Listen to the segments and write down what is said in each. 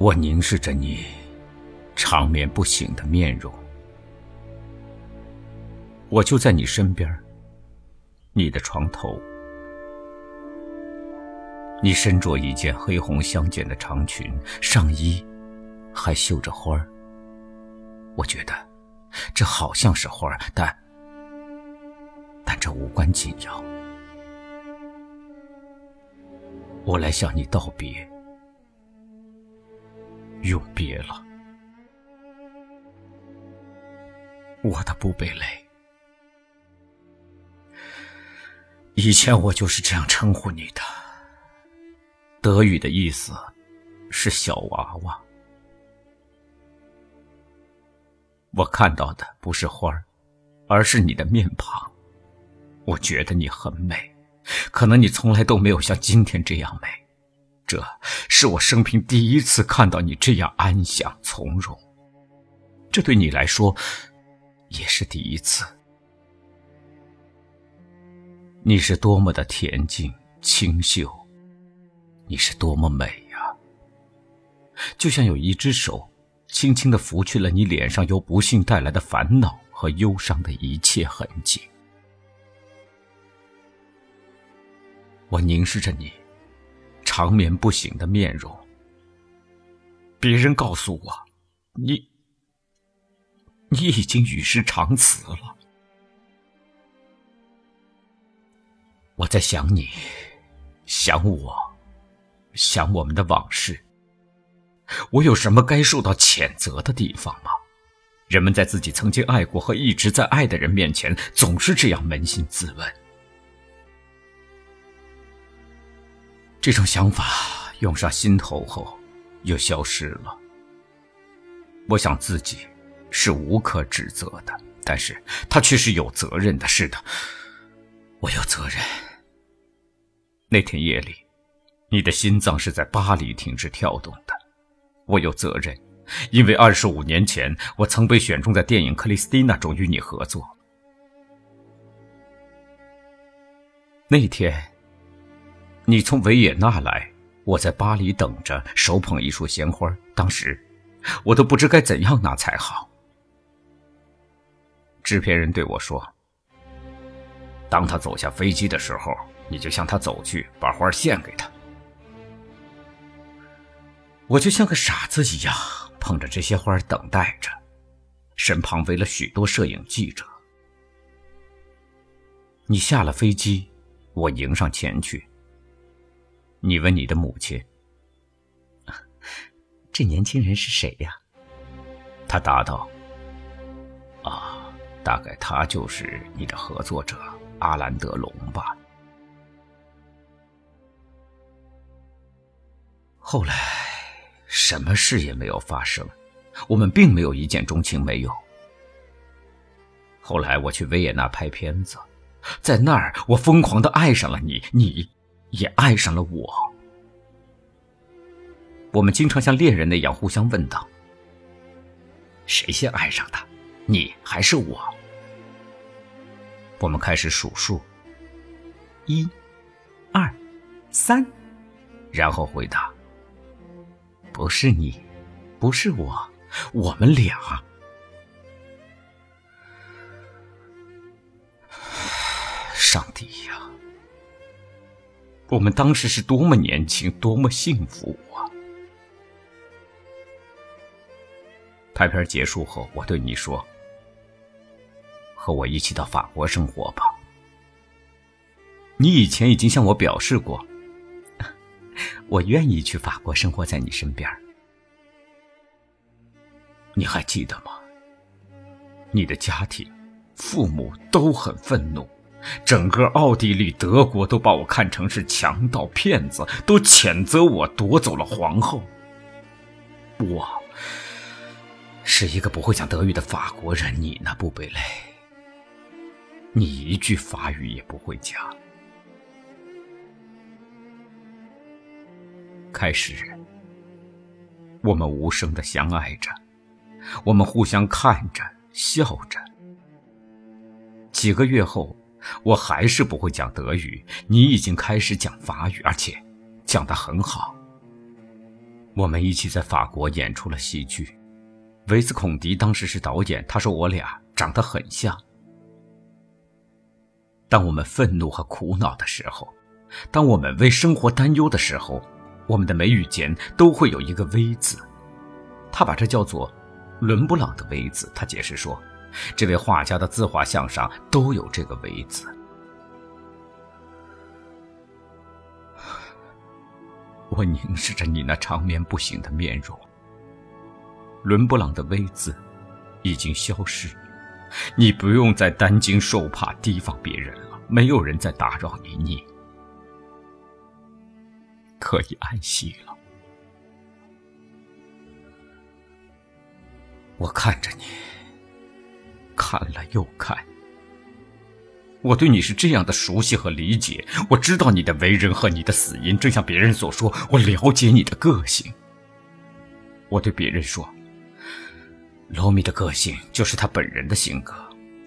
我凝视着你长眠不醒的面容，我就在你身边，你的床头。你身着一件黑红相间的长裙，上衣还绣着花儿。我觉得这好像是花儿，但这无关紧要。我来向你道别，永别了，我的布贝雷。以前我就是这样称呼你的。德语的意思是小娃娃。我看到的不是花儿，而是你的面庞。我觉得你很美，可能你从来都没有像今天这样美。这是我生平第一次看到你这样安详从容，这对你来说也是第一次。你是多么的恬静清秀，你是多么美呀！就像有一只手轻轻地拂去了你脸上由不幸带来的烦恼和忧伤的一切痕迹。我凝视着你长眠不醒的面容，别人告诉我，你已经与世长辞了。我在想你，想我，想我们的往事。我有什么该受到谴责的地方吗？人们在自己曾经爱过和一直在爱的人面前，总是这样扪心自问。这种想法涌上心头后，又消失了。我想自己是无可指责的，但是他却是有责任的。是的，我有责任。那天夜里，你的心脏是在巴黎停止跳动的。我有责任，因为25年前我曾被选中在电影《克里斯蒂娜》中与你合作。那天你从维也纳来，我在巴黎等着，手捧一束鲜花，当时我都不知该怎样拿才好。制片人对我说，当他走下飞机的时候，你就向他走去，把花献给他。我就像个傻子一样捧着这些花等待着，身旁围了许多摄影记者。你下了飞机，我迎上前去。你问你的母亲，这年轻人是谁呀？他答道，大概他就是你的合作者阿兰德龙吧。后来什么事也没有发生，我们并没有一见钟情，没有。后来我去维也纳拍片子，在那儿我疯狂地爱上了你，你也爱上了我。我们经常像恋人那样互相问道，谁先爱上的，你还是我？我们开始数数，1、2、3，然后回答，不是你，不是我，我们俩。上帝呀，我们当时是多么年轻，多么幸福啊！拍片结束后，我对你说，和我一起到法国生活吧。你以前已经向我表示过，我愿意去法国生活在你身边。你还记得吗？你的家庭，父母都很愤怒，整个奥地利、德国都把我看成是强盗骗子，都谴责我夺走了皇后。我是一个不会讲德语的法国人，你呢，布贝雷？你一句法语也不会讲。开始，我们无声地相爱着，我们互相看着，笑着。几个月后，我还是不会讲德语，你已经开始讲法语，而且讲得很好。 我们一起在法国演出了戏剧，维斯孔迪当时是导演，他说我俩长得很像。当我们愤怒和苦恼的时候，当我们为生活担忧的时候，我们的眉宇间都会有一个微字，他把这叫做伦勃朗的微字。他解释说，这位画家的自画像上都有这个微字。我凝视着你那长眠不醒的面容，伦勃朗的微字已经消失，你不用再担惊受怕提防别人了，没有人再打扰你，你可以安息了。我看着你，看了又看，我对你是这样的熟悉和理解，我知道你的为人和你的死因，正像别人所说，我了解你的个性。我对别人说，罗密的个性就是他本人的性格。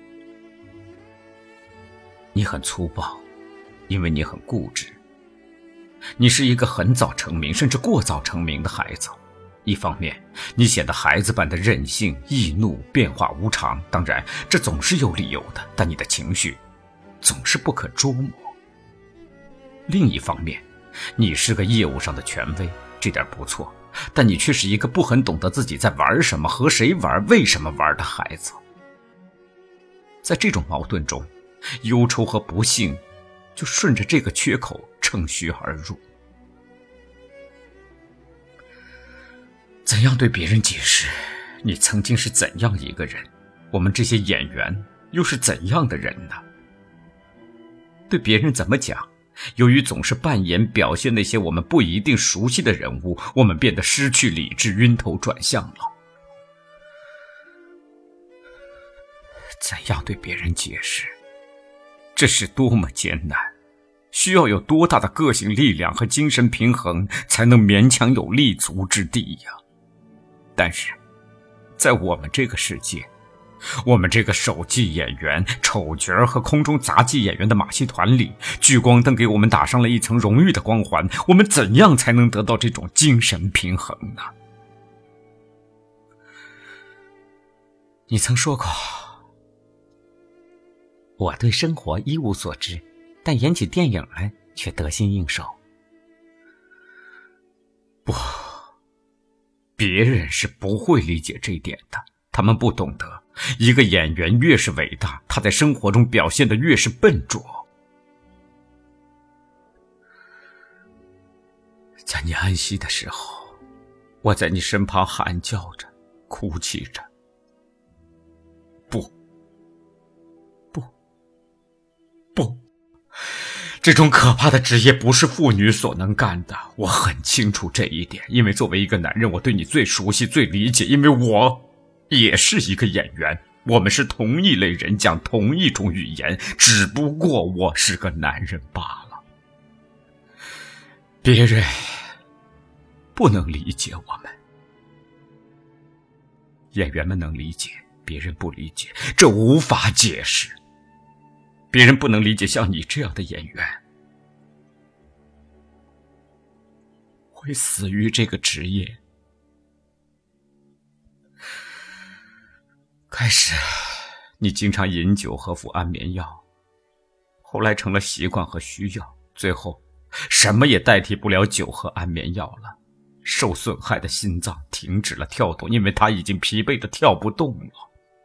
你很粗暴，因为你很固执。你是一个很早成名，甚至过早成名的孩子。一方面，你显得孩子般的任性、易怒、变化无常，当然，这总是有理由的，但你的情绪总是不可捉摸。另一方面，你是个业务上的权威，这点不错，但你却是一个不很懂得自己在玩什么、和谁玩、为什么玩的孩子。在这种矛盾中，忧愁和不幸就顺着这个缺口乘虚而入。怎样对别人解释你曾经是怎样一个人？我们这些演员又是怎样的人呢？对别人怎么讲？由于总是扮演表现那些我们不一定熟悉的人物，我们变得失去理智，晕头转向了。怎样对别人解释？这是多么艰难，需要有多大的个性力量和精神平衡才能勉强有立足之地呀！但是在我们这个世界，我们这个手记演员、丑角和空中杂技演员的马戏团里，聚光灯给我们打上了一层荣誉的光环，我们怎样才能得到这种精神平衡呢？你曾说过，我对生活一无所知，但演起电影来却得心应手。不，别人是不会理解这一点的，他们不懂得，一个演员越是伟大，他在生活中表现得越是笨拙。在你安息的时候，我在你身旁喊叫着，哭泣着。不，这种可怕的职业不是妇女所能干的，我很清楚这一点，因为作为一个男人，我对你最熟悉、最理解，因为我也是一个演员，我们是同一类人，讲同一种语言，只不过我是个男人罢了。别人不能理解我们，演员们能理解，别人不理解，这无法解释。别人不能理解像你这样的演员，会死于这个职业。开始，你经常饮酒和服安眠药，后来成了习惯和需要，最后，什么也代替不了酒和安眠药了。受损害的心脏停止了跳动，因为它已经疲惫的跳不动了。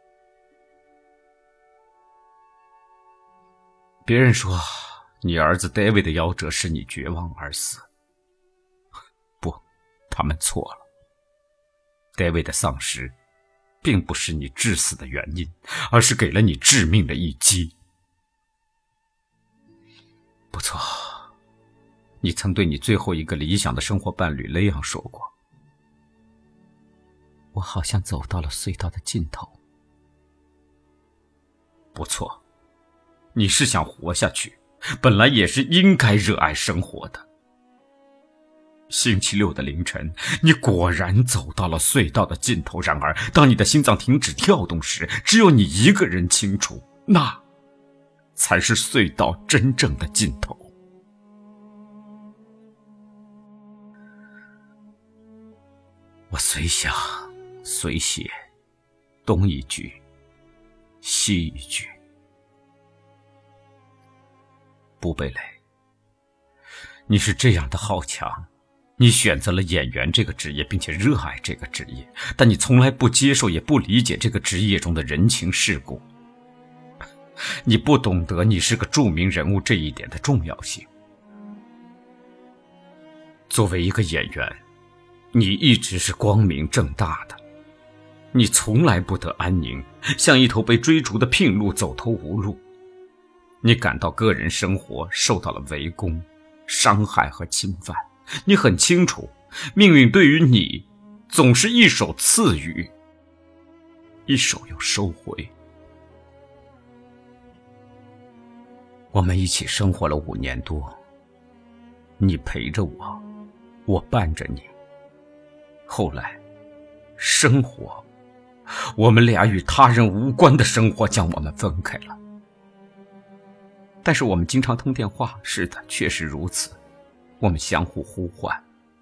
别人说，你儿子 David 的夭折使你绝望而死。不，他们错了。David 的丧失，并不是你致死的原因，而是给了你致命的一击。不错，你曾对你最后一个理想的生活伴侣雷昂说过，我好像走到了隧道的尽头。不错，你是想活下去，本来也是应该热爱生活的。星期六的凌晨，你果然走到了隧道的尽头，然而当你的心脏停止跳动时，只有你一个人清楚，那才是隧道真正的尽头。 我随想随写，东一句西一句。布贝雷，你是这样的好强，你选择了演员这个职业，并且热爱这个职业，但你从来不接受也不理解这个职业中的人情世故。你不懂得你是个著名人物这一点的重要性。作为一个演员，你一直是光明正大的，你从来不得安宁，像一头被追逐的驯鹿走投无路。你感到个人生活受到了围攻、伤害和侵犯，你很清楚，命运对于你总是一手赐予，一手又收回。我们一起生活了5年多，你陪着我，我伴着你。后来，生活，我们俩与他人无关的生活将我们分开了。但是我们经常通电话，是的，确实如此，我们相互呼唤。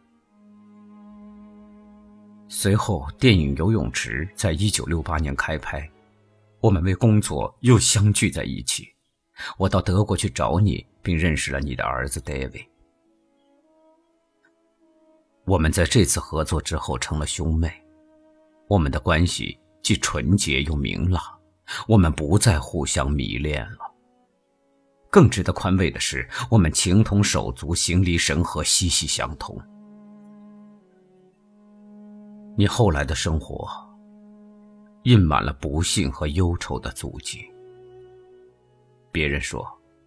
随后，电影《游泳池》在1968年开拍，我们为工作又相聚在一起。我到德国去找你，并认识了你的儿子 David。我们在这次合作之后成了兄妹，我们的关系既纯洁又明朗，我们不再互相迷恋了。更值得宽慰的是，我们情同手足，心离神合，息息相通。你后来的生活印满了不幸和忧愁的足迹。别人说，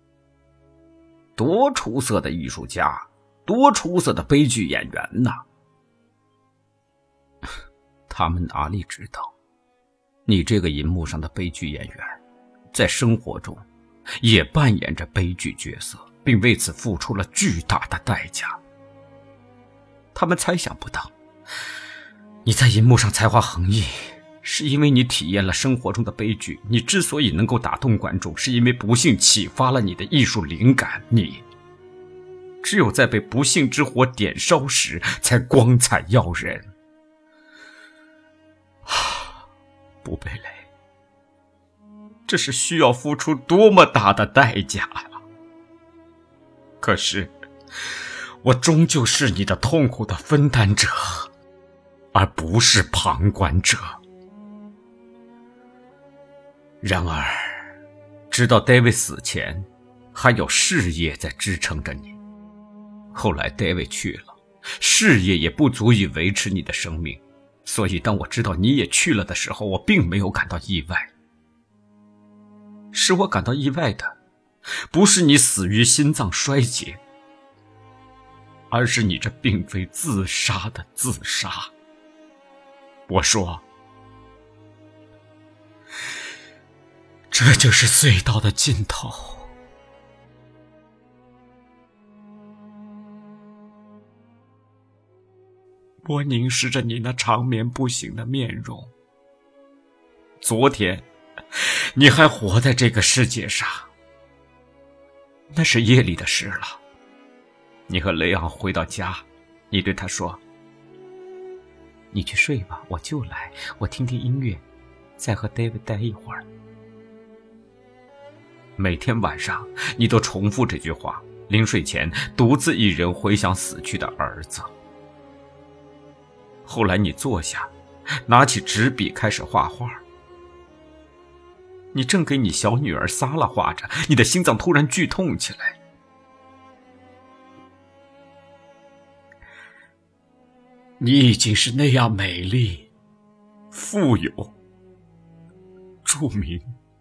多出色的艺术家，多出色的悲剧演员呐！他们哪里知道，你这个银幕上的悲剧演员，在生活中也扮演着悲剧角色，并为此付出了巨大的代价。他们猜想不到，你在银幕上才华横溢，是因为你体验了生活中的悲剧。你之所以能够打动观众，是因为不幸启发了你的艺术灵感。你只有在被不幸之火点烧时，才光彩耀人。布贝雷，这是需要付出多么大的代价呀！可是，我终究是你的痛苦的分担者，而不是旁观者。然而，直到 David 死前，还有事业在支撑着你。后来 David 去了，事业也不足以维持你的生命，所以当我知道你也去了的时候，我并没有感到意外。使我感到意外的，不是你死于心脏衰竭，而是你这并非自杀的自杀。我说，这就是隧道的尽头。我凝视着你那长眠不醒的面容。昨天，你还活在这个世界上，那是夜里的事了。你和雷昂回到家，你对他说：“你去睡吧，我就来，我听听音乐，再和 David 待一会儿。”每天晚上，你都重复这句话，临睡前独自一人回想死去的儿子。后来你坐下，拿起纸笔开始画画。你正给你小女儿撒了画着，你的心脏突然剧痛起来。你已经是那样美丽、富有、著名，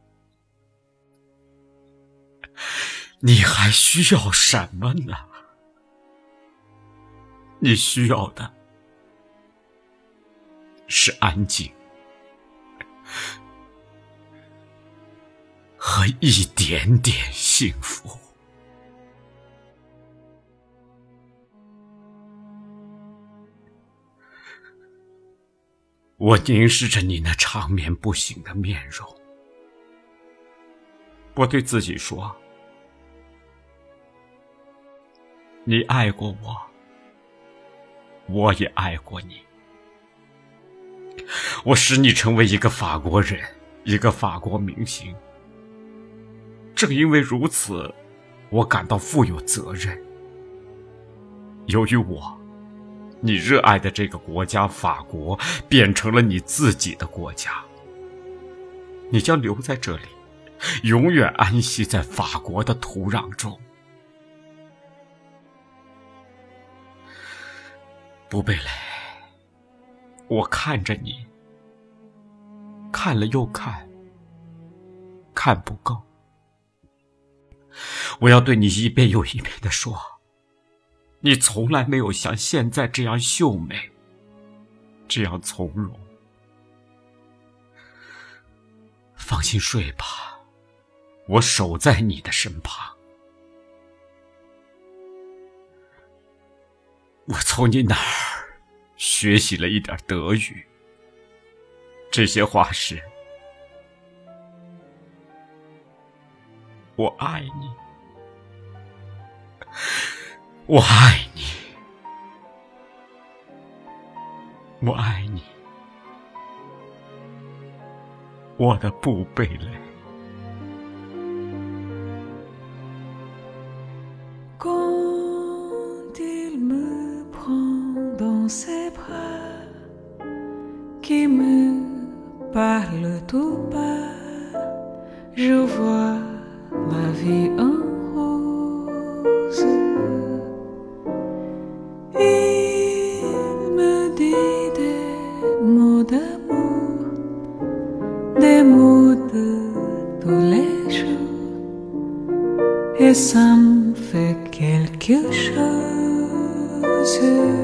你还需要什么呢？你需要的是安静和一点点幸福。我凝视着你那长眠不醒的面容，我对自己说：你爱过我，我也爱过你。 我使你成为一个法国人，一个法国明星。正因为如此，我感到负有责任。由于我，你热爱的这个国家法国变成了你自己的国家，你将留在这里，永远安息在法国的土壤中。布贝雷，我看着你，看了又看，看不够。我要对你一遍又一遍地说，你从来没有像现在这样秀美，这样从容。放心睡吧，我守在你的身旁。我从你那儿学习了一点德语，这些话是：我爱你，我爱你，我爱你，我的布贝雷。 Ses bras qui me parlent tout bas, je vois la vie en rose. Il me dit des mots d'amour, des mots de tous les jours, et ça me fait quelque chose.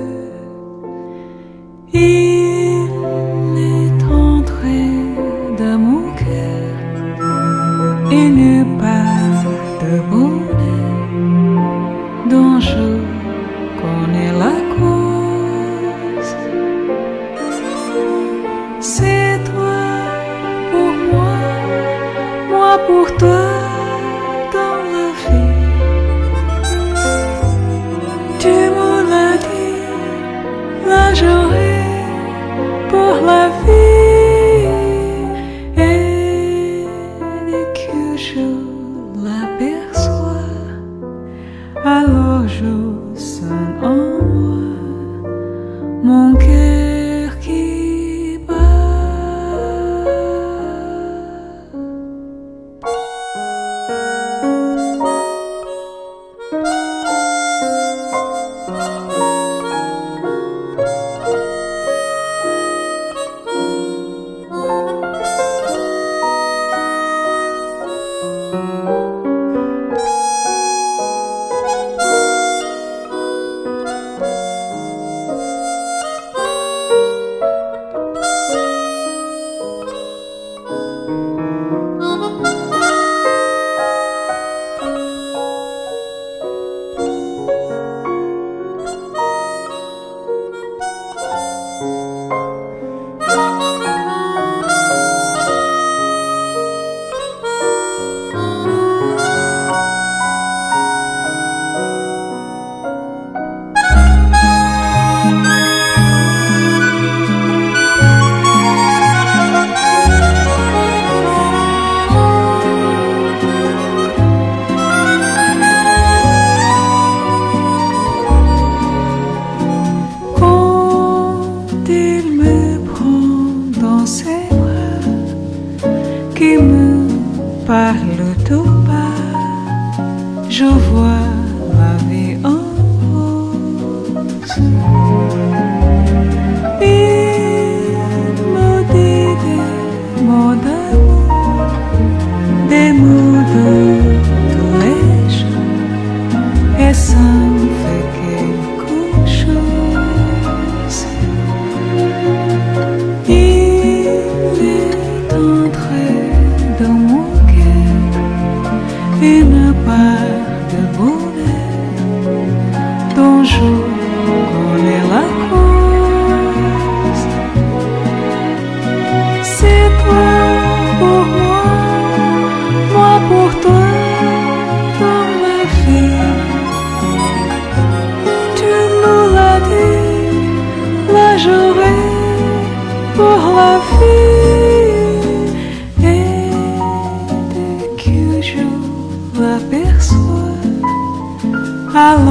Il est entré dans mon cœur une part de bonheur dont je connais la cause. C'est toi pour moi, moi pour toi dans la vie. Tu me l'as dit, la journée pour la vie, et dès que je l'aperçois, alors je sens en moi mon cœur qui bat. Qui me parle tout bas, je vois la vie en rose. Il me dit des mots d'amour, des mots de tous les jours, et ça me fait quelque chose. Il est entré dans mon cœur une part de vous. à